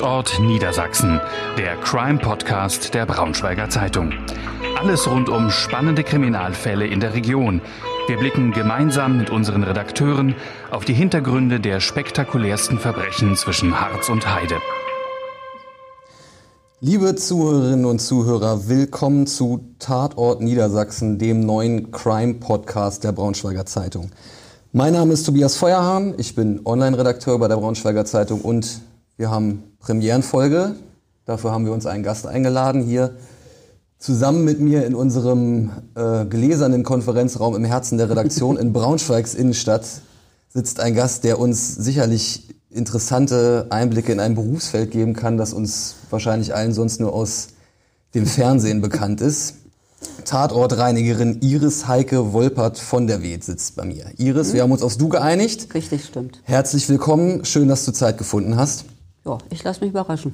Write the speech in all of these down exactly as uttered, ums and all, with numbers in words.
Tatort Niedersachsen, der Crime-Podcast der Braunschweiger Zeitung. Alles rund um spannende Kriminalfälle in der Region. Wir blicken gemeinsam mit unseren Redakteuren auf die Hintergründe der spektakulärsten Verbrechen zwischen Harz und Heide. Liebe Zuhörerinnen und Zuhörer, willkommen zu Tatort Niedersachsen, dem neuen Crime-Podcast der Braunschweiger Zeitung. Mein Name ist Tobias Feuerhahn, ich bin Online-Redakteur bei der Braunschweiger Zeitung und wir haben Premierenfolge. Dafür haben wir uns einen Gast eingeladen hier. Zusammen mit mir in unserem äh, gläsernen Konferenzraum im Herzen der Redaktion in Braunschweigs Innenstadt sitzt ein Gast, der uns sicherlich interessante Einblicke in ein Berufsfeld geben kann, das uns wahrscheinlich allen sonst nur aus dem Fernsehen bekannt ist. Tatortreinigerin Iris Heike Wolpert von der Weed sitzt bei mir. Iris, mhm. wir haben uns aufs Du geeinigt. Richtig, stimmt. Herzlich willkommen, schön, dass du Zeit gefunden hast. Ja, ich lasse mich überraschen.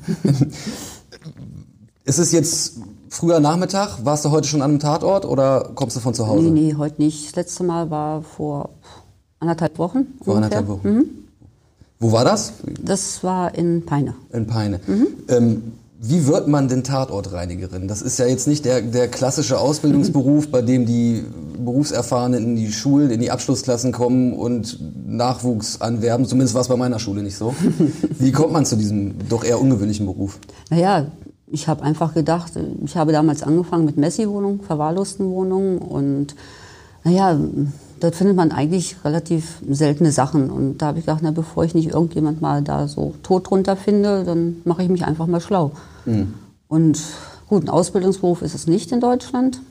Ist es jetzt früher Nachmittag? Warst du heute schon an einem Tatort oder kommst du von zu Hause? Nee, nee, heute nicht. Das letzte Mal war vor anderthalb Wochen. Vor ungefähr. anderthalb Wochen. Mhm. Wo war das? Das war in Peine. In Peine. Mhm. Ähm, wie wird man denn Tatortreinigerin? Das ist ja jetzt nicht der, der klassische Ausbildungsberuf, bei dem die Berufserfahrenen in die Schulen, in die Abschlussklassen kommen und Nachwuchs anwerben. Zumindest war es bei meiner Schule nicht so. Wie kommt man zu diesem doch eher ungewöhnlichen Beruf? Naja, ich habe einfach gedacht, ich habe damals angefangen mit Messi-Wohnungen, verwahrlosten Wohnungen und naja, dort findet man eigentlich relativ seltene Sachen. Und da habe ich gedacht, na, bevor ich nicht irgendjemand mal da so tot drunter finde, dann mache ich mich einfach mal schlau. Mhm. Und gut, ein Ausbildungsberuf ist es nicht in Deutschland,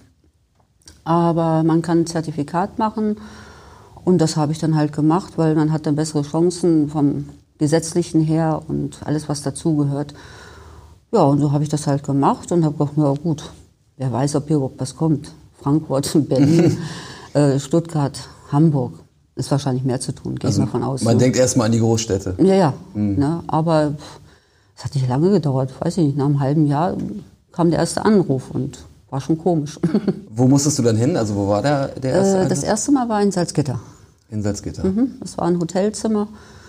aber man kann ein Zertifikat machen und das habe ich dann halt gemacht, weil man hat dann bessere Chancen vom Gesetzlichen her und alles, was dazugehört. Ja, und so habe ich das halt gemacht und habe gedacht, na gut, wer weiß, ob hier überhaupt was kommt. Frankfurt, Berlin, äh, Stuttgart, Hamburg. Ist wahrscheinlich mehr zu tun, gehe also ich mal von aus. Man so. denkt erstmal an die Großstädte. Ja, ja. Mhm. Ne, aber es hat nicht lange gedauert, weiß ich nicht. Nach einem halben Jahr kam der erste Anruf und war schon komisch. Wo musstest du dann hin? Also wo war der, der erste äh, Das erste Mal war in Salzgitter. In Salzgitter. Mhm, das war ein Hotelzimmer.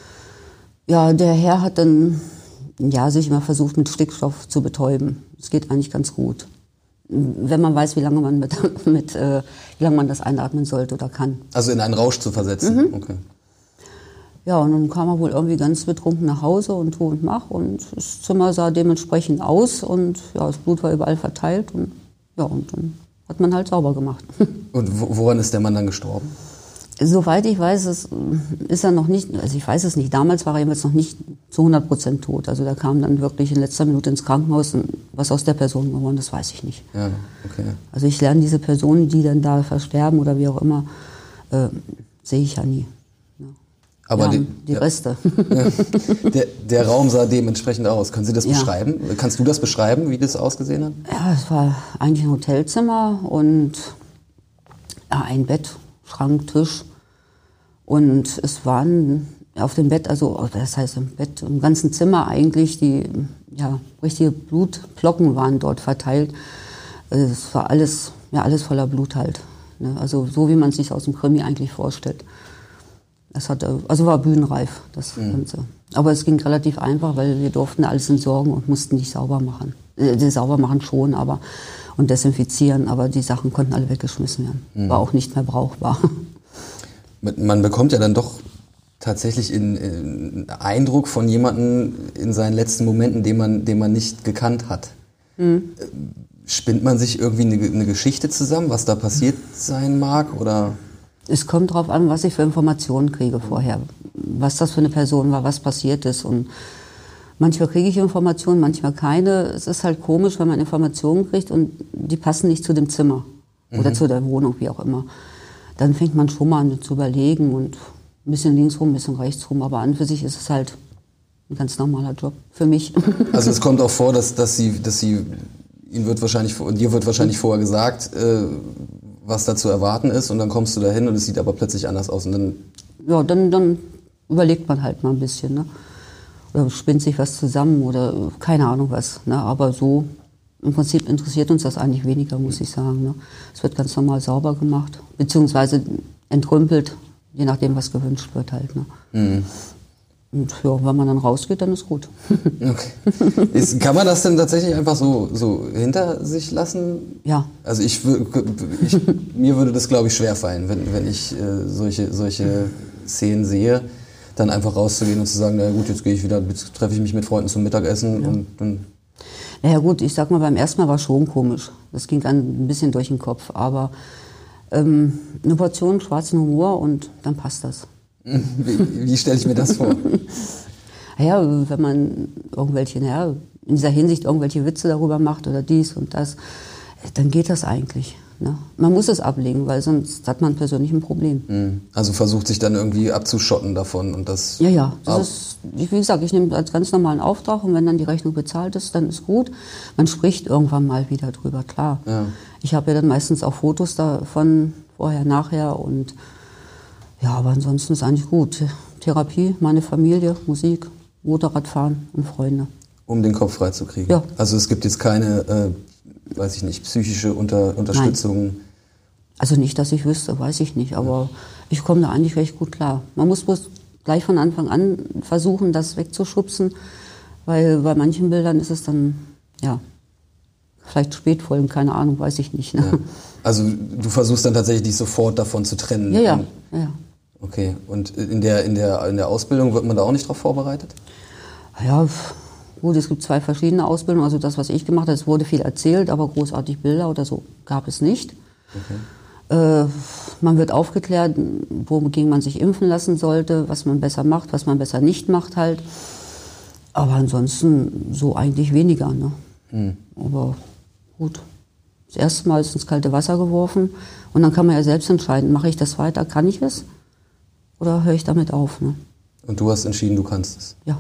Ja, der Herr hat dann ja, sich immer versucht, mit Stickstoff zu betäuben. Es geht eigentlich ganz gut. Wenn man weiß, wie lange man mit, mit äh, wie lange man das einatmen sollte oder kann. Also in einen Rausch zu versetzen. Mhm. Okay. Ja, und dann kam er wohl irgendwie ganz betrunken nach Hause und tu und mach. Und das Zimmer sah dementsprechend aus und ja, das Blut war überall verteilt. Und ja, und dann hat man halt sauber gemacht. Und woran ist der Mann dann gestorben? Soweit ich weiß, es ist er noch nicht, also ich weiß es nicht, damals war er jetzt noch nicht zu hundert Prozent tot. Also der kam dann wirklich in letzter Minute ins Krankenhaus und was aus der Person geworden ist, weiß ich nicht. Ja, okay. Also ich lerne diese Personen, die dann da versterben oder wie auch immer, äh, sehe ich ja nie. Ja. Aber die, die Reste. Ja, der, der Raum sah dementsprechend aus. Können Sie das ja. beschreiben? Kannst du das beschreiben, wie das ausgesehen hat? Ja, es war eigentlich ein Hotelzimmer und ja, ein Bett, Schrank, Tisch. Und es waren auf dem Bett, also das heißt im Bett, im ganzen Zimmer eigentlich, die ja, richtige Blutflocken waren dort verteilt. Es war alles, ja, alles voller Blut halt. Ne? Also so, wie man es sich aus dem Krimi eigentlich vorstellt. Es hatte, also war bühnenreif, das mhm. Ganze. Aber es ging relativ einfach, weil wir durften alles entsorgen und mussten nicht sauber machen. Äh, sauber machen schon, aber und desinfizieren, aber die Sachen konnten alle weggeschmissen werden. Mhm. War auch nicht mehr brauchbar. Man bekommt ja dann doch tatsächlich einen Eindruck von jemandem in seinen letzten Momenten, den man, den man nicht gekannt hat. Mhm. Spinnt man sich irgendwie eine, eine Geschichte zusammen, was da passiert sein mag? Oder? Es kommt darauf an, was ich für Informationen kriege vorher. Was das für eine Person war, was passiert ist. Und manchmal kriege ich Informationen, manchmal keine. Es ist halt komisch, wenn man Informationen kriegt und die passen nicht zu dem Zimmer oder mhm. zu der Wohnung, wie auch immer. Dann fängt man schon mal an zu überlegen und ein bisschen links rum, ein bisschen rechts rum. Aber an für sich ist es halt ein ganz normaler Job für mich. Also es kommt auch vor, dass, dass sie, dass sie, ihnen wird wahrscheinlich, dir wird wahrscheinlich vorher gesagt, äh, was da zu erwarten ist und dann kommst du da hin und es sieht aber plötzlich anders aus. Und dann ja, dann, dann überlegt man halt mal ein bisschen, ne? Oder spinnt sich was zusammen oder keine Ahnung was. Ne? Aber so im Prinzip interessiert uns das eigentlich weniger, muss ich sagen. Ne? Es wird ganz normal sauber gemacht, beziehungsweise entrümpelt, je nachdem, was gewünscht wird halt. Ne? Mhm. Und ja, wenn man dann rausgeht, dann ist gut. Okay. Ist, kann man das denn tatsächlich einfach so, so hinter sich lassen? Ja. Also ich, ich mir würde das, glaube ich, schwerfallen, wenn, wenn ich äh, solche, solche Szenen sehe, dann einfach rauszugehen und zu sagen, na gut, jetzt gehe ich wieder, jetzt treffe ich mich mit Freunden zum Mittagessen. Ja. und dann... Naja gut, ich sag mal, beim ersten Mal war es schon komisch. Das ging dann ein bisschen durch den Kopf, aber ähm, eine Portion schwarzen Humor und dann passt das. Wie, wie stelle ich mir das vor? Ja, wenn man irgendwelche, ja, in dieser Hinsicht irgendwelche Witze darüber macht oder dies und das, dann geht das eigentlich. Ne? Man muss es ablegen, weil sonst hat man persönlich ein Problem. Also versucht sich dann irgendwie abzuschotten davon und das... Ja, ja. Das ist, wie gesagt, ich nehme als ganz normalen Auftrag und wenn dann die Rechnung bezahlt ist, dann ist gut. Man spricht irgendwann mal wieder drüber, klar. Ja. Ich habe ja dann meistens auch Fotos davon, vorher, nachher und ja, aber ansonsten ist eigentlich gut. Therapie, meine Familie, Musik, Motorradfahren und Freunde. Um den Kopf frei zu kriegen? Ja. Also es gibt jetzt keine, äh, weiß ich nicht, psychische Unter Unterstützung? Nein. Also nicht, dass ich wüsste, weiß ich nicht, aber ja. Ich komme da eigentlich recht gut klar. Man muss bloß gleich von Anfang an versuchen, das wegzuschubsen, weil bei manchen Bildern ist es dann, ja, vielleicht Spätfolgen, keine Ahnung, weiß ich nicht. Ne? Ja. Also du versuchst dann tatsächlich dich sofort davon zu trennen? Ja, ja. ja. Okay, und in der, in, der, in der Ausbildung wird man da auch nicht darauf vorbereitet? Ja, gut, es gibt zwei verschiedene Ausbildungen. Also das, was ich gemacht habe, es wurde viel erzählt, aber großartig Bilder oder so gab es nicht. Okay. Äh, man wird aufgeklärt, wogegen man sich impfen lassen sollte, was man besser macht, was man besser nicht macht halt. Aber ansonsten so eigentlich weniger. Ne? Hm. Aber gut, das erste Mal ist ins kalte Wasser geworfen und dann kann man ja selbst entscheiden, mache ich das weiter, kann ich es? Oder höre ich damit auf? Ne? Und du hast entschieden, du kannst es? Ja.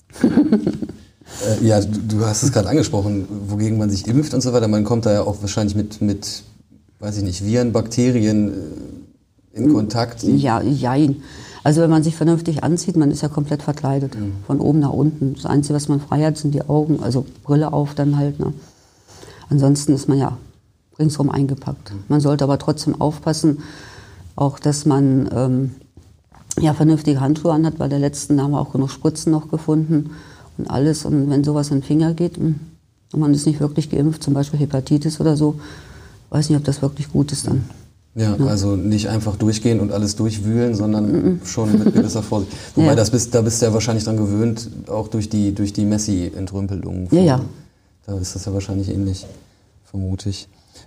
äh, ja, du, du hast es gerade angesprochen, wogegen man sich impft und so weiter. Man kommt da ja auch wahrscheinlich mit, mit weiß ich nicht, Viren, Bakterien äh, in Kontakt. Ja, jein. Also wenn man sich vernünftig anzieht, man ist ja komplett verkleidet, mhm. von oben nach unten. Das Einzige, was man frei hat, sind die Augen, also Brille auf dann halt. Ne? Ansonsten ist man ja ringsum eingepackt. Mhm. Man sollte aber trotzdem aufpassen, auch dass man... Ähm, ja, vernünftige Handschuhe anhat, weil der letzten haben wir auch genug Spritzen noch gefunden und alles. Und wenn sowas in den Finger geht und man ist nicht wirklich geimpft, zum Beispiel Hepatitis oder so, weiß nicht, ob das wirklich gut ist dann. Ja, ja. Also nicht einfach durchgehen und alles durchwühlen, sondern mhm. schon mit gewisser Vorsicht. Wobei, ja. das bist, da bist du ja wahrscheinlich dran gewöhnt, auch durch die, durch die Messi-Entrümpelung. Ja, ja. Da ist das ja wahrscheinlich ähnlich, vermute ich.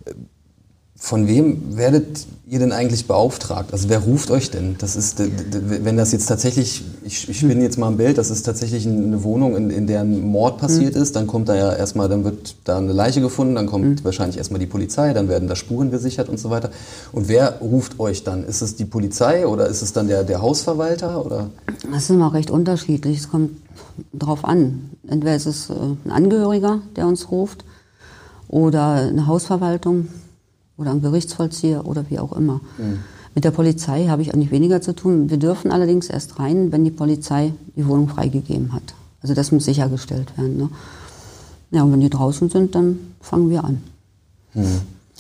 Von wem werdet ihr denn eigentlich beauftragt? Also wer ruft euch denn? Das ist, wenn das jetzt tatsächlich, ich, ich spinne jetzt mal ein Bild, das ist tatsächlich eine Wohnung, in, in der ein Mord passiert mhm. ist, dann kommt da ja erstmal, dann wird da eine Leiche gefunden, dann kommt mhm. wahrscheinlich erstmal die Polizei, dann werden da Spuren gesichert und so weiter. Und wer ruft euch dann? Ist es die Polizei oder ist es dann der, der Hausverwalter? Oder? Das ist immer recht unterschiedlich. Es kommt darauf an. Entweder ist es ein Angehöriger, der uns ruft, oder eine Hausverwaltung. Oder ein Gerichtsvollzieher oder wie auch immer. Mhm. Mit der Polizei habe ich eigentlich weniger zu tun. Wir dürfen allerdings erst rein, wenn die Polizei die Wohnung freigegeben hat. Also das muss sichergestellt werden. Ne? Ja, und wenn die draußen sind, dann fangen wir an. Mhm.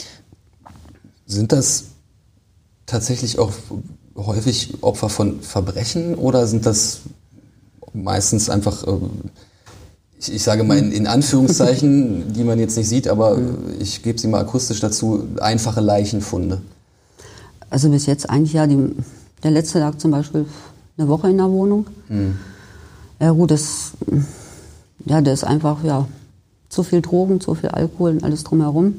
Sind das tatsächlich auch häufig Opfer von Verbrechen oder sind das meistens einfach... Äh, Ich, ich sage mal in, in Anführungszeichen, die man jetzt nicht sieht, aber ich gebe sie mal akustisch dazu, einfache Leichenfunde. Also bis jetzt eigentlich ja, die, der letzte lag zum Beispiel eine Woche in der Wohnung. Hm. Ja gut, das, ja, der ist einfach, ja, zu viel Drogen, zu viel Alkohol und alles drumherum.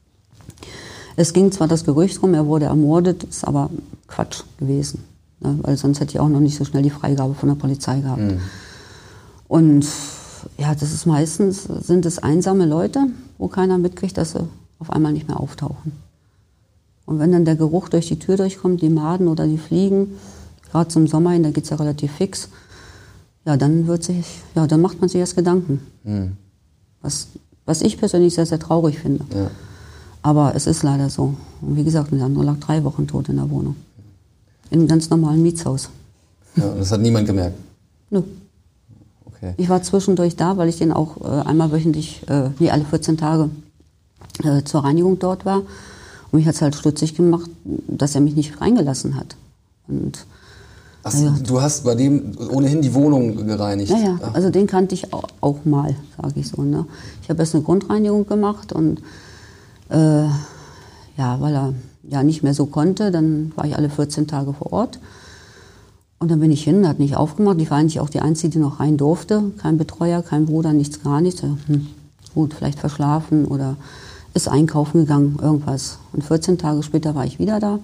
Es ging zwar das Gerücht rum, er wurde ermordet, ist aber Quatsch gewesen. Ne? Weil sonst hätte ich auch noch nicht so schnell die Freigabe von der Polizei gehabt. Hm. Und ja, das ist meistens, sind es einsame Leute, wo keiner mitkriegt, dass sie auf einmal nicht mehr auftauchen. Und wenn dann der Geruch durch die Tür durchkommt, die Maden oder die Fliegen, gerade zum Sommer hin, da geht es ja relativ fix, ja, dann wird sich, ja, dann macht man sich erst Gedanken. Mhm. Was, was ich persönlich sehr, sehr traurig finde. Ja. Aber es ist leider so. Und wie gesagt, der andere lag drei Wochen tot in der Wohnung. In einem ganz normalen Mietshaus. Ja, und das hat niemand gemerkt? Nö. Okay. Ich war zwischendurch da, weil ich den auch äh, einmal wöchentlich, äh, nee, alle vierzehn Tage äh, zur Reinigung dort war. Und mich hat es halt stutzig gemacht, dass er mich nicht reingelassen hat. Und Ach, ja. Du hast bei dem ohnehin die Wohnung gereinigt? Ja, ja. Also den kannte ich auch, auch mal, sage ich so. Ne? Ich habe erst eine Grundreinigung gemacht und äh, ja, weil er ja nicht mehr so konnte, dann war ich alle vierzehn Tage vor Ort. Und dann bin ich hin, hat nicht aufgemacht. Ich war eigentlich auch die Einzige, die noch rein durfte. Kein Betreuer, kein Bruder, nichts, gar nichts. Hm, gut, vielleicht verschlafen oder ist einkaufen gegangen, irgendwas. Und vierzehn Tage später war ich wieder da.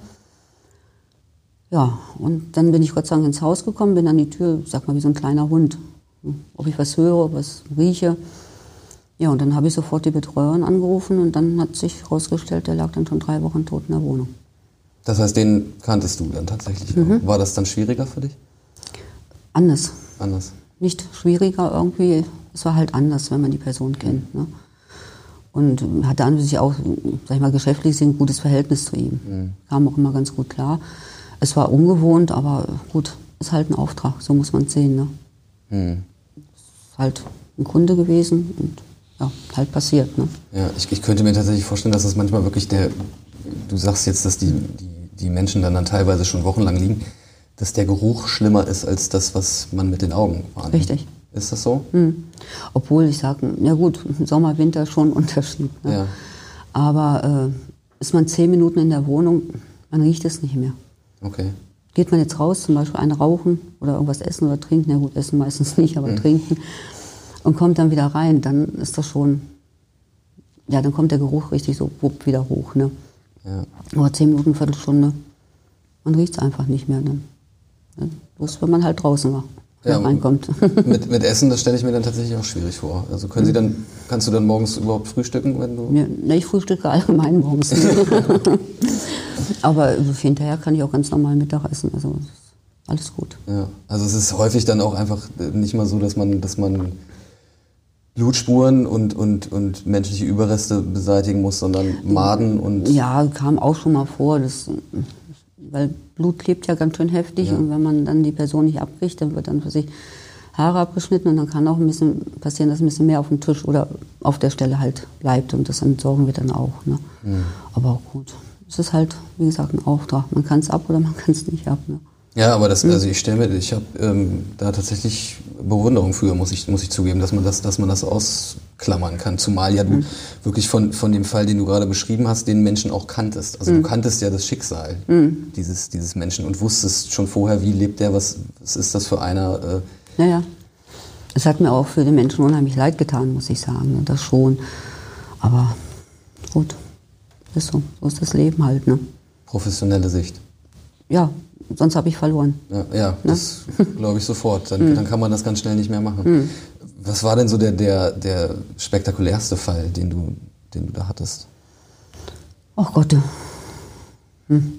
Ja, und dann bin ich Gott sei Dank ins Haus gekommen, bin an die Tür, sag mal, wie so ein kleiner Hund. Ob ich was höre, was rieche. Ja, und dann habe ich sofort die Betreuerin angerufen und dann hat sich herausgestellt, der lag dann schon drei Wochen tot in der Wohnung. Das heißt, den kanntest du dann tatsächlich mhm. auch. War das dann schwieriger für dich? Anders. Anders. Nicht schwieriger irgendwie, es war halt anders, wenn man die Person kennt. Ne? Und hatte an sich auch, sag ich mal, geschäftlich ein gutes Verhältnis zu ihm. Mhm. Kam auch immer ganz gut klar. Es war ungewohnt, aber gut, ist halt ein Auftrag, so muss man es sehen. Ne? Mhm. Ist halt ein Kunde gewesen und ja, halt passiert. Ne? Ja, ich, ich könnte mir tatsächlich vorstellen, dass das manchmal wirklich der, du sagst jetzt, dass die, die, die Menschen dann, dann teilweise schon wochenlang liegen, dass der Geruch schlimmer ist als das, was man mit den Augen wahrnimmt. Richtig. Ist das so? Mhm. Obwohl ich sage, ja gut, Sommer, Winter schon ein Unterschied. Ne? Ja. Aber äh, ist man zehn Minuten in der Wohnung, man riecht es nicht mehr. Okay. Geht man jetzt raus, zum Beispiel eine rauchen oder irgendwas essen oder trinken, ja gut, essen meistens nicht, aber mhm. trinken, und kommt dann wieder rein, dann ist das schon, ja, dann kommt der Geruch richtig so wupp wieder hoch. Ne? Ja. Aber zehn Minuten, Viertelstunde, man riecht es einfach nicht mehr. Ne? Bloß wenn man halt draußen war, ja, reinkommt. Mit, mit Essen, das stelle ich mir dann tatsächlich auch schwierig vor. Also können Sie dann, kannst du dann morgens überhaupt frühstücken, wenn du? Ja, ne, ich frühstücke allgemein morgens. Aber hinterher kann ich auch ganz normal Mittag essen. Also alles gut. Ja, also es ist häufig dann auch einfach nicht mal so, dass man, dass man Blutspuren und, und, und menschliche Überreste beseitigen muss, sondern Maden und... Ja, kam auch schon mal vor, das, weil Blut klebt ja ganz schön heftig, ja. Und wenn man dann die Person nicht abbricht, dann wird dann für sich Haare abgeschnitten und dann kann auch ein bisschen passieren, dass ein bisschen mehr auf dem Tisch oder auf der Stelle halt bleibt und das entsorgen wir dann auch. Ne? Mhm. Aber auch gut. Es ist halt, wie gesagt, ein Auftrag. Man kann es ab oder man kann es nicht ab. Ne? Ja, aber das, also ich stelle mir, ich habe ähm, da tatsächlich Bewunderung für, muss ich, muss ich zugeben, dass man das, dass man das ausklammern kann. Zumal ja du mhm. wirklich von, von dem Fall, den du gerade beschrieben hast, den Menschen auch kanntest. Also mhm. du kanntest ja das Schicksal mhm. dieses, dieses Menschen und wusstest schon vorher, wie lebt der, was, was ist das für einer. Äh ja, ja. Es hat mir auch für den Menschen unheimlich leid getan, muss ich sagen. Das schon. Aber gut, ist so. So ist das Leben halt. Ne? Professionelle Sicht. Ja. Sonst habe ich verloren. Ja, ja, das glaube ich sofort. Dann, mm. dann kann man das ganz schnell nicht mehr machen. Mm. Was war denn so der, der, der spektakulärste Fall, den du, den du da hattest? Ach Gott. Hm.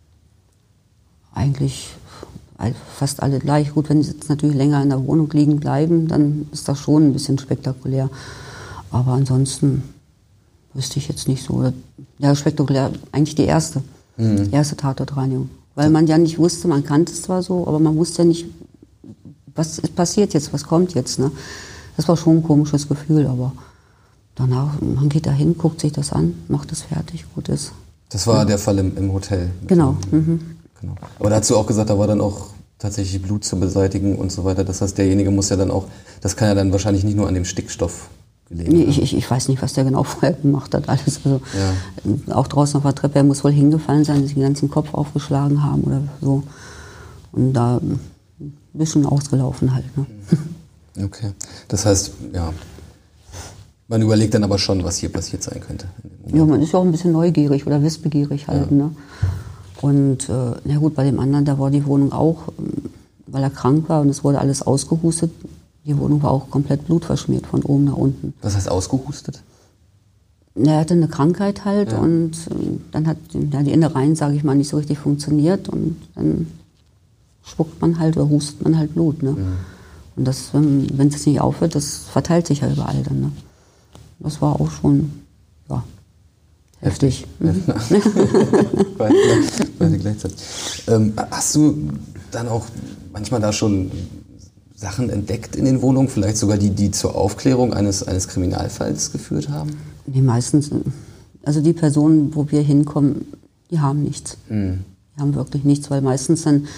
Eigentlich fast alle gleich. Gut, wenn sie jetzt natürlich länger in der Wohnung liegen bleiben, dann ist das schon ein bisschen spektakulär. Aber ansonsten wüsste ich jetzt nicht so. Ja, spektakulär, eigentlich die erste. Mm. Die erste Tatortreinigung. Weil man ja nicht wusste, man kannte es zwar so, aber man wusste ja nicht, was passiert jetzt, was kommt jetzt. Ne? Das war schon ein komisches Gefühl, aber danach, man geht da hin, guckt sich das an, macht es fertig, gut ist. Das war ja. der Fall im, im Hotel? Genau. Mhm. genau. Aber da hast du auch gesagt, da war dann auch tatsächlich Blut zu beseitigen und so weiter. Das heißt, derjenige muss ja dann auch, das kann ja dann wahrscheinlich nicht nur an dem Stickstoff gelegen ich, ich, ich weiß nicht, was der genau vorher gemacht hat. Alles. Also, ja. Auch draußen auf der Treppe, er muss wohl hingefallen sein, sich den ganzen Kopf aufgeschlagen haben oder so. Und da ein bisschen ausgelaufen halt. Ne? Okay. Das heißt, ja, man überlegt dann aber schon, was hier passiert sein könnte. Ja, man ist ja auch ein bisschen neugierig oder wissbegierig halt. Ja. Ne? Und äh, na gut, bei dem anderen, da war die Wohnung auch, weil er krank war und es wurde alles ausgehustet. Die Wohnung war auch komplett blutverschmiert, von oben nach unten. Was heißt ausgehustet? Er hatte eine Krankheit halt ja. und dann hat ja, die Innereien, sage ich mal, nicht so richtig funktioniert und dann spuckt man halt oder hustet man halt Blut. Ne? Mhm. Und das, wenn es jetzt nicht aufhört, das verteilt sich ja überall dann. Ne? Das war auch schon, ja, heftig. heftig. Mhm. beide, beide gleichzeitig. Ähm, hast du dann auch manchmal da schon Sachen entdeckt in den Wohnungen, vielleicht sogar die, die zur Aufklärung eines, eines Kriminalfalls geführt haben? Nee, meistens, also die Personen, wo wir hinkommen, die haben nichts. Mhm. Die haben wirklich nichts, weil meistens dann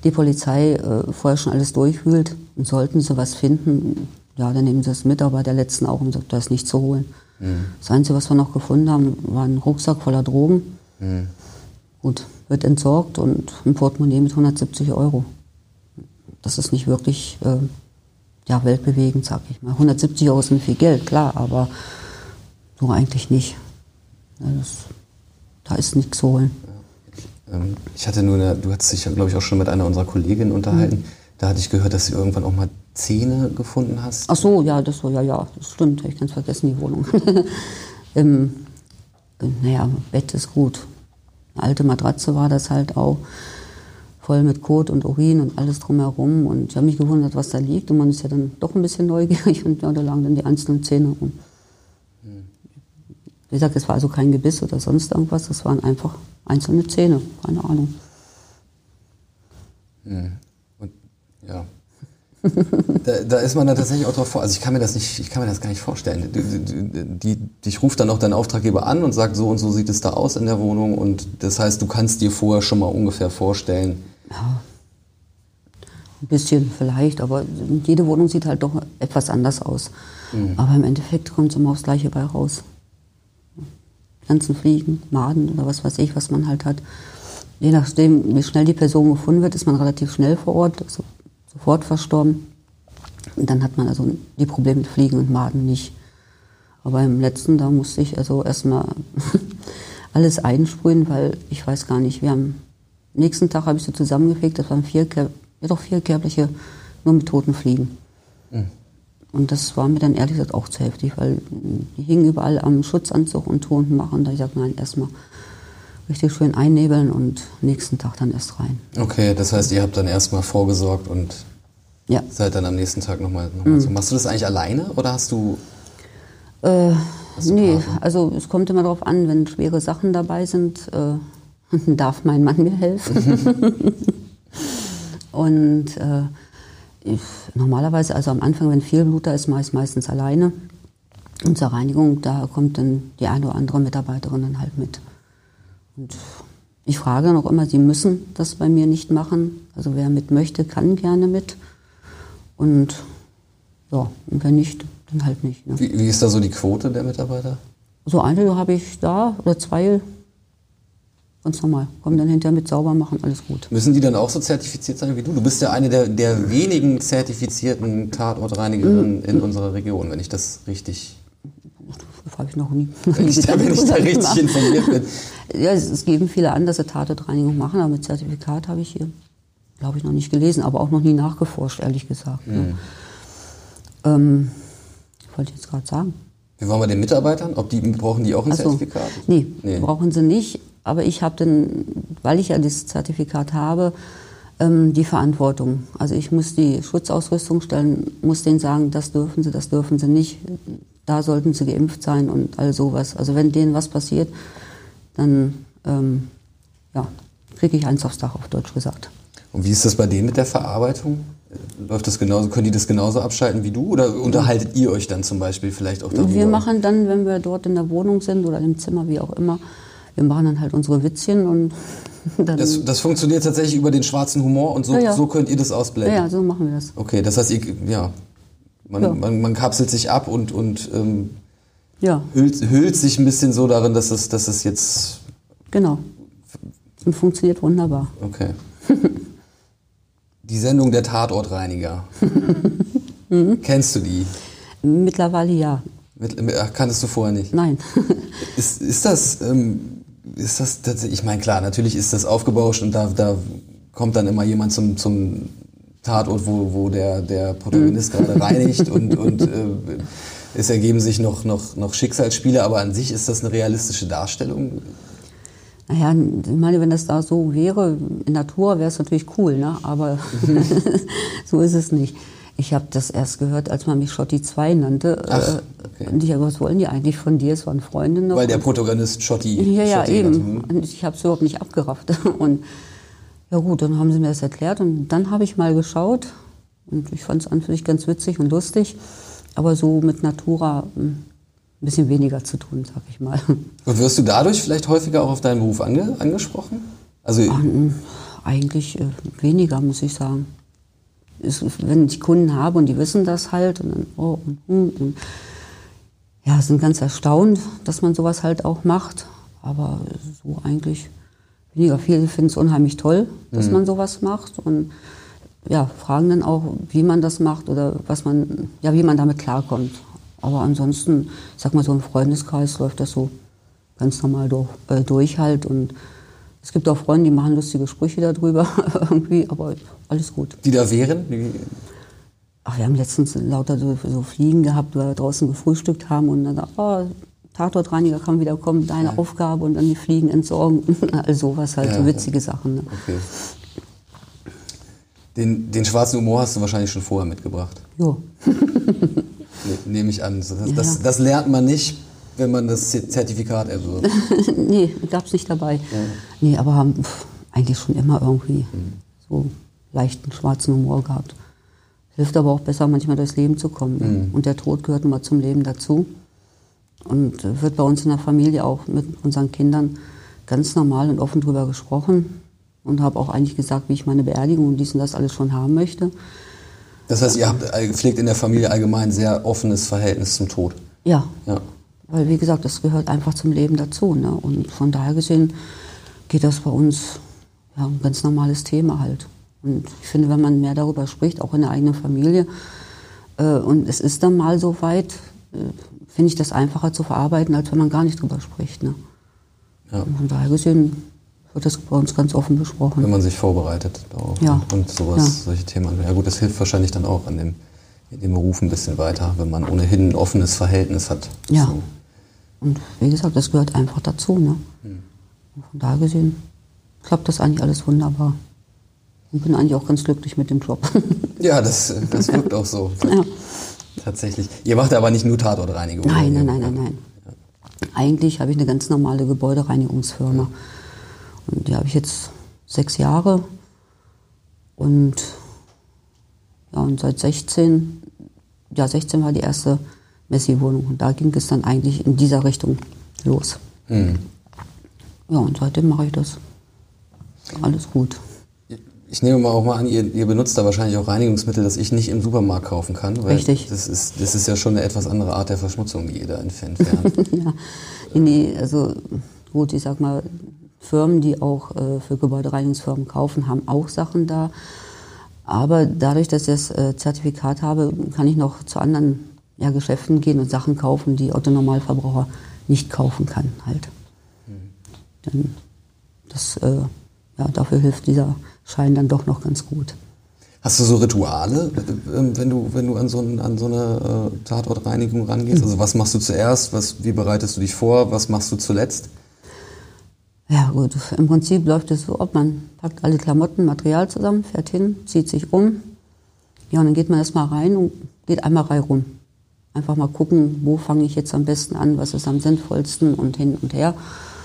die Polizei äh, vorher schon alles durchwühlt und sollten sie was finden, ja, dann nehmen sie es mit, aber der letzten Augen sagt, da ist nichts zu holen. Mhm. Das Einzige, was wir noch gefunden haben, war ein Rucksack voller Drogen. Mhm. Gut, wird entsorgt und ein Portemonnaie mit hundertsiebzig Euro. Das ist nicht wirklich äh, ja, weltbewegend, sag ich mal. hundertsiebzig Euro sind viel Geld, klar, aber so eigentlich nicht. Ja, das, da ist nichts zu holen. Ja. Ich hatte nur eine, du hattest dich, glaube ich, auch schon mit einer unserer Kolleginnen unterhalten. Mhm. Da hatte ich gehört, dass du irgendwann auch mal Zähne gefunden hast. Ach so, ja, das so, ja, ja, das stimmt. Ich kann es vergessen, die Wohnung. ähm, naja, Bett ist gut. Eine alte Matratze war das halt auch. Voll mit Kot und Urin und alles drumherum. Und ich habe mich gewundert, was da liegt. Und man ist ja dann doch ein bisschen neugierig. Und ja, da lagen dann die einzelnen Zähne rum. Hm. Wie gesagt, es war also kein Gebiss oder sonst irgendwas. Das waren einfach einzelne Zähne. Keine Ahnung. Hm. Und ja. da, da ist man dann tatsächlich auch drauf vor. Also ich kann mir das nicht, ich kann mir das gar nicht vorstellen. Die, die, dich ruft dann auch dein Auftraggeber an und sagt, so und so sieht es da aus in der Wohnung. Und das heißt, du kannst dir vorher schon mal ungefähr vorstellen. Ja, ein bisschen vielleicht, aber jede Wohnung sieht halt doch etwas anders aus. Mhm. Aber im Endeffekt kommt es immer aufs Gleiche bei raus. Die ganzen Fliegen, Maden oder was weiß ich, was man halt hat. Je nachdem, wie schnell die Person gefunden wird, ist man relativ schnell vor Ort, also sofort verstorben. Und dann hat man also die Probleme mit Fliegen und Maden nicht. Aber im letzten, da musste ich also erstmal alles einsprühen, weil ich weiß gar nicht, wir haben, nächsten Tag habe ich so zusammengefegt, das waren vier, ja doch vier Kerbliche nur mit toten Fliegen. Mhm. Und das war mir dann ehrlich gesagt auch zu heftig, weil die hingen überall am Schutzanzug und Toten machen. Da ich sagte, nein, erstmal richtig schön einnebeln und nächsten Tag dann erst rein. Okay, das heißt, ihr habt dann erstmal vorgesorgt und ja. seid dann am nächsten Tag nochmal noch mal mhm. so. Machst du das eigentlich alleine oder hast du... Äh, hast du nee, Partner? Also es kommt immer darauf an, wenn schwere Sachen dabei sind, äh, darf mein Mann mir helfen. Und äh, ich, normalerweise, also am Anfang, wenn viel Blut da ist, mache ich es meistens alleine. Und zur Reinigung, da kommt dann die eine oder andere Mitarbeiterin dann halt mit. Und ich frage dann auch immer, sie müssen das bei mir nicht machen. Also wer mit möchte, kann gerne mit. Und ja, und wer nicht, dann halt nicht. Ne? Wie, wie ist da so die Quote der Mitarbeiter? So eine habe ich da oder zwei, ganz normal. Kommen dann hinterher mit sauber machen, alles gut. Müssen die dann auch so zertifiziert sein wie du? Du bist ja eine der, der wenigen zertifizierten Tatortreinigerinnen mhm. in unserer Region, wenn ich das richtig... Das habe ich noch nie. Wenn ich, da, wenn ich da richtig informiert bin. Ja, es, es geben viele an, dass sie Tatortreinigung machen, aber mit Zertifikat habe ich hier, glaube ich, noch nicht gelesen, aber auch noch nie nachgeforscht, ehrlich gesagt. Mhm. Ne? Ähm, wollte ich jetzt gerade sagen. Wie wollen wir den Mitarbeitern? Ob die, brauchen die auch ein Ach so. Zertifikat? Nee, nee, brauchen sie nicht. Aber ich habe dann, weil ich ja das Zertifikat habe, ähm, die Verantwortung. Also ich muss die Schutzausrüstung stellen, muss denen sagen, das dürfen sie, das dürfen sie nicht. Da sollten sie geimpft sein und all sowas. Also wenn denen was passiert, dann ähm, ja, kriege ich eins aufs Dach, auf Deutsch gesagt. Und wie ist das bei denen mit der Verarbeitung? Läuft das genauso? Können die das genauso abschalten wie du? Oder unterhaltet ihr euch dann zum Beispiel vielleicht auch darüber? Wir machen dann, wenn wir dort in der Wohnung sind oder im Zimmer, wie auch immer, wir machen dann halt unsere Witzchen und dann... Das, das funktioniert tatsächlich über den schwarzen Humor und so, ja, ja. so könnt ihr das ausblenden? Ja, ja, so machen wir das. Okay, das heißt, ihr, ja, man, ja. Man, man kapselt sich ab und, und ähm, ja. hüllt, hüllt sich ein bisschen so darin, dass es, dass es jetzt... Genau. Und funktioniert wunderbar. Okay. Die Sendung der Tatortreiniger. mhm. Kennst du die? Mittlerweile ja. Mit, ach, kanntest du vorher nicht? Nein. ist, ist das, ähm, ist das tatsächlich, ich meine klar, natürlich ist das aufgebauscht und da, da kommt dann immer jemand zum, zum Tatort, wo, wo der, der Protagonist mhm. gerade reinigt und, und äh, es ergeben sich noch, noch, noch Schicksalsspiele, aber an sich ist das eine realistische Darstellung? Naja, ich meine, wenn das da so wäre, in Natur wäre es natürlich cool, ne? Aber so ist es nicht. Ich habe das erst gehört, als man mich Schotti zwei nannte. Ach, okay. Und ich habe, was wollen die eigentlich von dir? Es waren Freundinnen noch. Weil der Protagonist Schotti. Ja, ja, Schotti eben. Und ich habe es überhaupt nicht abgerafft. Und ja gut, dann haben sie mir das erklärt und dann habe ich mal geschaut und ich fand es an für sich ganz witzig und lustig, aber so mit Natura ein bisschen weniger zu tun, sag ich mal. Und wirst du dadurch vielleicht häufiger auch auf deinen Beruf ange angesprochen? Also Ach, eigentlich äh, weniger, muss ich sagen. Es, wenn ich Kunden habe und die wissen das halt und dann, oh, und, und, und ja, sind ganz erstaunt, dass man sowas halt auch macht. Aber so eigentlich weniger. Viele finden es unheimlich toll, dass mhm. man sowas macht und ja, fragen dann auch, wie man das macht oder was man, ja, wie man damit klarkommt. Aber ansonsten, ich sag mal, so im Freundeskreis läuft das so ganz normal durch, äh, durch halt. Und es gibt auch Freunde, die machen lustige Sprüche darüber irgendwie, aber alles gut. Die da wären? Wie? Ach, wir haben letztens lauter so, so Fliegen gehabt, weil wir draußen gefrühstückt haben und dann, oh, Tatortreiniger kann wieder kommen, deine ja. Aufgabe und dann die Fliegen entsorgen. Also sowas halt, ja, so witzige ja. Sachen. Ne? Okay. Den, den schwarzen Humor hast du wahrscheinlich schon vorher mitgebracht. Jo. Ne, nehme ich an. Das, ja, das, das lernt man nicht, wenn man das Zertifikat erwirbt. Nee, gab es nicht dabei. Ja. Nee, aber haben pff, eigentlich schon immer irgendwie mhm. so leichten schwarzen Humor gehabt. Hilft aber auch besser, manchmal durchs Leben zu kommen. Ne? Mhm. Und der Tod gehört nun mal zum Leben dazu. Und wird bei uns in der Familie auch mit unseren Kindern ganz normal und offen drüber gesprochen. Und habe auch eigentlich gesagt, wie ich meine Beerdigung und dies und das alles schon haben möchte. Das heißt, ihr habt, pflegt in der Familie allgemein ein sehr offenes Verhältnis zum Tod? Ja, ja. Weil wie gesagt, das gehört einfach zum Leben dazu. Ne? Und von daher gesehen geht das bei uns ja, ein ganz normales Thema halt. Und ich finde, wenn man mehr darüber spricht, auch in der eigenen Familie, äh, und es ist dann mal so weit, äh, finde ich das einfacher zu verarbeiten, als wenn man gar nicht drüber spricht. Ne? Ja. Und von daher gesehen wird das bei uns ganz offen besprochen. Wenn man sich vorbereitet darauf ja. und, und sowas, ja. solche Themen. Ja gut, das hilft wahrscheinlich dann auch an dem, in dem Beruf ein bisschen weiter, wenn man ohnehin ein offenes Verhältnis hat. Ja. So. Und wie gesagt, das gehört einfach dazu. Ne? Hm. Und von daher gesehen klappt das eigentlich alles wunderbar. Und bin eigentlich auch ganz glücklich mit dem Job. Ja, das, das wirkt auch so. Ja. Tatsächlich. Ihr macht aber nicht nur Tatortreinigung. Nein, nein, nein, nein, nein. Ja. Eigentlich habe ich eine ganz normale Gebäudereinigungsfirma. Ja. Und die habe ich jetzt sechs Jahre. Und, ja, und seit sechzehn, ja, sechzehn war die erste Messi-Wohnung. Und da ging es dann eigentlich in dieser Richtung los. Hm. Ja, und seitdem mache ich das. Alles gut. Ich nehme mal auch mal an, ihr, ihr benutzt da wahrscheinlich auch Reinigungsmittel, das ich nicht im Supermarkt kaufen kann. Weil Richtig. Das ist, das ist ja schon eine etwas andere Art der Verschmutzung, die ihr da entfernt. Ja, in die, also gut, ich sag mal, Firmen, die auch äh, für Gebäudereinigungsfirmen kaufen, haben auch Sachen da. Aber dadurch, dass ich das äh, Zertifikat habe, kann ich noch zu anderen ja, Geschäften gehen und Sachen kaufen, die Otto-Normalverbraucher nicht kaufen kann halt. Mhm. Denn das, äh, ja, dafür hilft dieser Schein dann doch noch ganz gut. Hast du so Rituale, wenn du, wenn du an so, ein, an so eine äh, Tatortreinigung rangehst? Also was machst du zuerst, was, wie bereitest du dich vor, was machst du zuletzt? Ja gut, im Prinzip läuft es so, ob man packt alle Klamotten, Material zusammen, fährt hin, zieht sich um. Ja, und dann geht man erstmal rein und geht einmal reihum. Einfach mal gucken, wo fange ich jetzt am besten an, was ist am sinnvollsten und hin und her.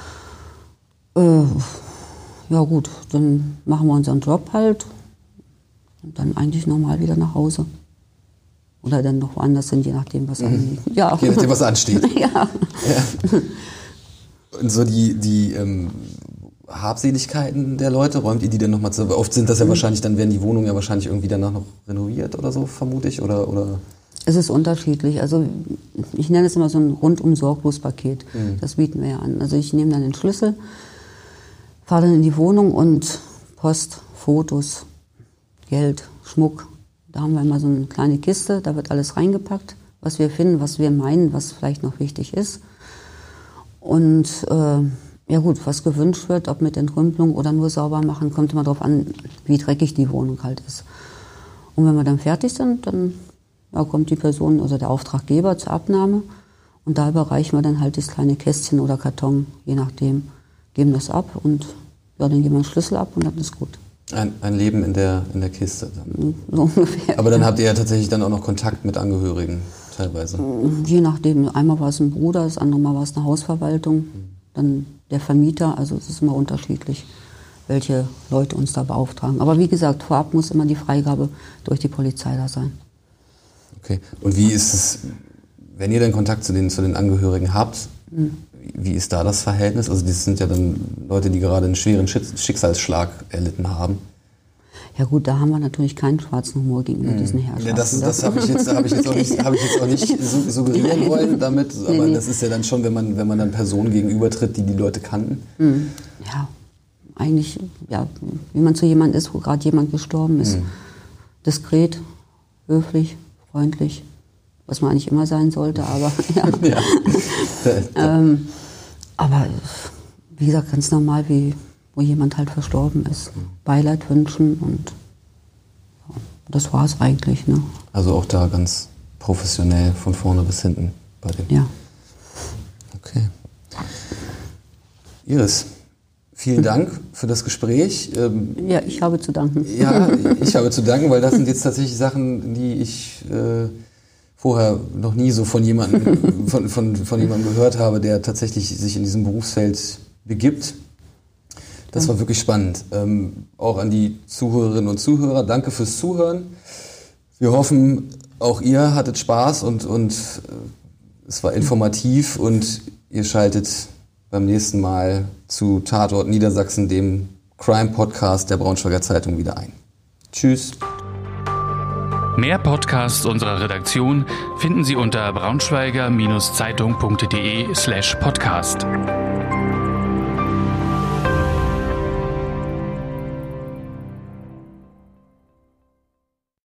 Äh, ja gut, dann machen wir unseren Job halt und dann eigentlich normal wieder nach Hause. Oder dann noch woanders sind, je nachdem, was, mhm. ja. je nachdem, was ansteht. Ja. Ja. Und so die, die ähm, Habseligkeiten der Leute, räumt ihr die denn nochmal zu? Oft sind das ja mhm. wahrscheinlich, dann werden die Wohnungen ja wahrscheinlich irgendwie danach noch renoviert oder so, vermute ich, oder, oder? Es ist unterschiedlich. Also ich nenne es immer so ein Rundum-Sorglos-Paket. Mhm. Das bieten wir ja an. Also ich nehme dann den Schlüssel, fahre dann in die Wohnung und Post, Fotos, Geld, Schmuck. Da haben wir immer so eine kleine Kiste, da wird alles reingepackt, was wir finden, was wir meinen, was vielleicht noch wichtig ist. Und äh, ja gut, was gewünscht wird, ob mit Entrümpelung oder nur sauber machen, kommt immer darauf an, wie dreckig die Wohnung halt ist. Und wenn wir dann fertig sind, dann ja, kommt die Person, also der Auftraggeber zur Abnahme und da überreichen wir dann halt das kleine Kästchen oder Karton, je nachdem, geben das ab und ja, dann geben wir einen Schlüssel ab und dann ist gut. Ein, ein Leben in der, in der Kiste dann. So ungefähr. Aber dann habt ihr ja tatsächlich dann auch noch Kontakt mit Angehörigen teilweise. Je nachdem. Einmal war es ein Bruder, das andere Mal war es eine Hausverwaltung, mhm. dann der Vermieter. Also es ist immer unterschiedlich, welche Leute uns da beauftragen. Aber wie gesagt, vorab muss immer die Freigabe durch die Polizei da sein. Okay. Und wie ist es, wenn ihr dann Kontakt zu den, zu den Angehörigen habt, mhm. Wie ist da das Verhältnis? Also das sind ja dann Leute, die gerade einen schweren Schicksalsschlag erlitten haben. Ja gut, da haben wir natürlich keinen schwarzen Humor gegenüber diesen Herrschaften. Ja, das das habe ich jetzt, hab ich jetzt auch nicht, hab ich jetzt auch nicht suggerieren wollen damit, aber nee, nee. Das ist ja dann schon, wenn man, wenn man dann Personen gegenübertritt, die die Leute kannten. Ja, eigentlich, ja, wie man zu jemandem ist, wo gerade jemand gestorben ist. Mhm. Diskret, höflich, freundlich, was man eigentlich immer sein sollte, aber ja. ja. ähm, aber wie gesagt, ganz normal, wie wo jemand halt verstorben ist. Beileid wünschen und ja, das war es eigentlich. Ne? Also auch da ganz professionell von vorne bis hinten bei dem. Ja. Okay. Iris, vielen Dank für das Gespräch. Ja, ich habe zu danken. Ja, ich habe zu danken, weil das sind jetzt tatsächlich Sachen, die ich äh, vorher noch nie so von jemandem, von, von, von jemandem gehört habe, der tatsächlich sich in diesem Berufsfeld begibt. Das war wirklich spannend. Ähm, auch an die Zuhörerinnen und Zuhörer, danke fürs Zuhören. Wir hoffen, auch ihr hattet Spaß und, und äh, es war informativ und ihr schaltet beim nächsten Mal zu Tatort Niedersachsen, dem Crime-Podcast der Braunschweiger Zeitung, wieder ein. Tschüss. Mehr Podcasts unserer Redaktion finden Sie unter braunschweiger Zeitung punkt de slash podcast.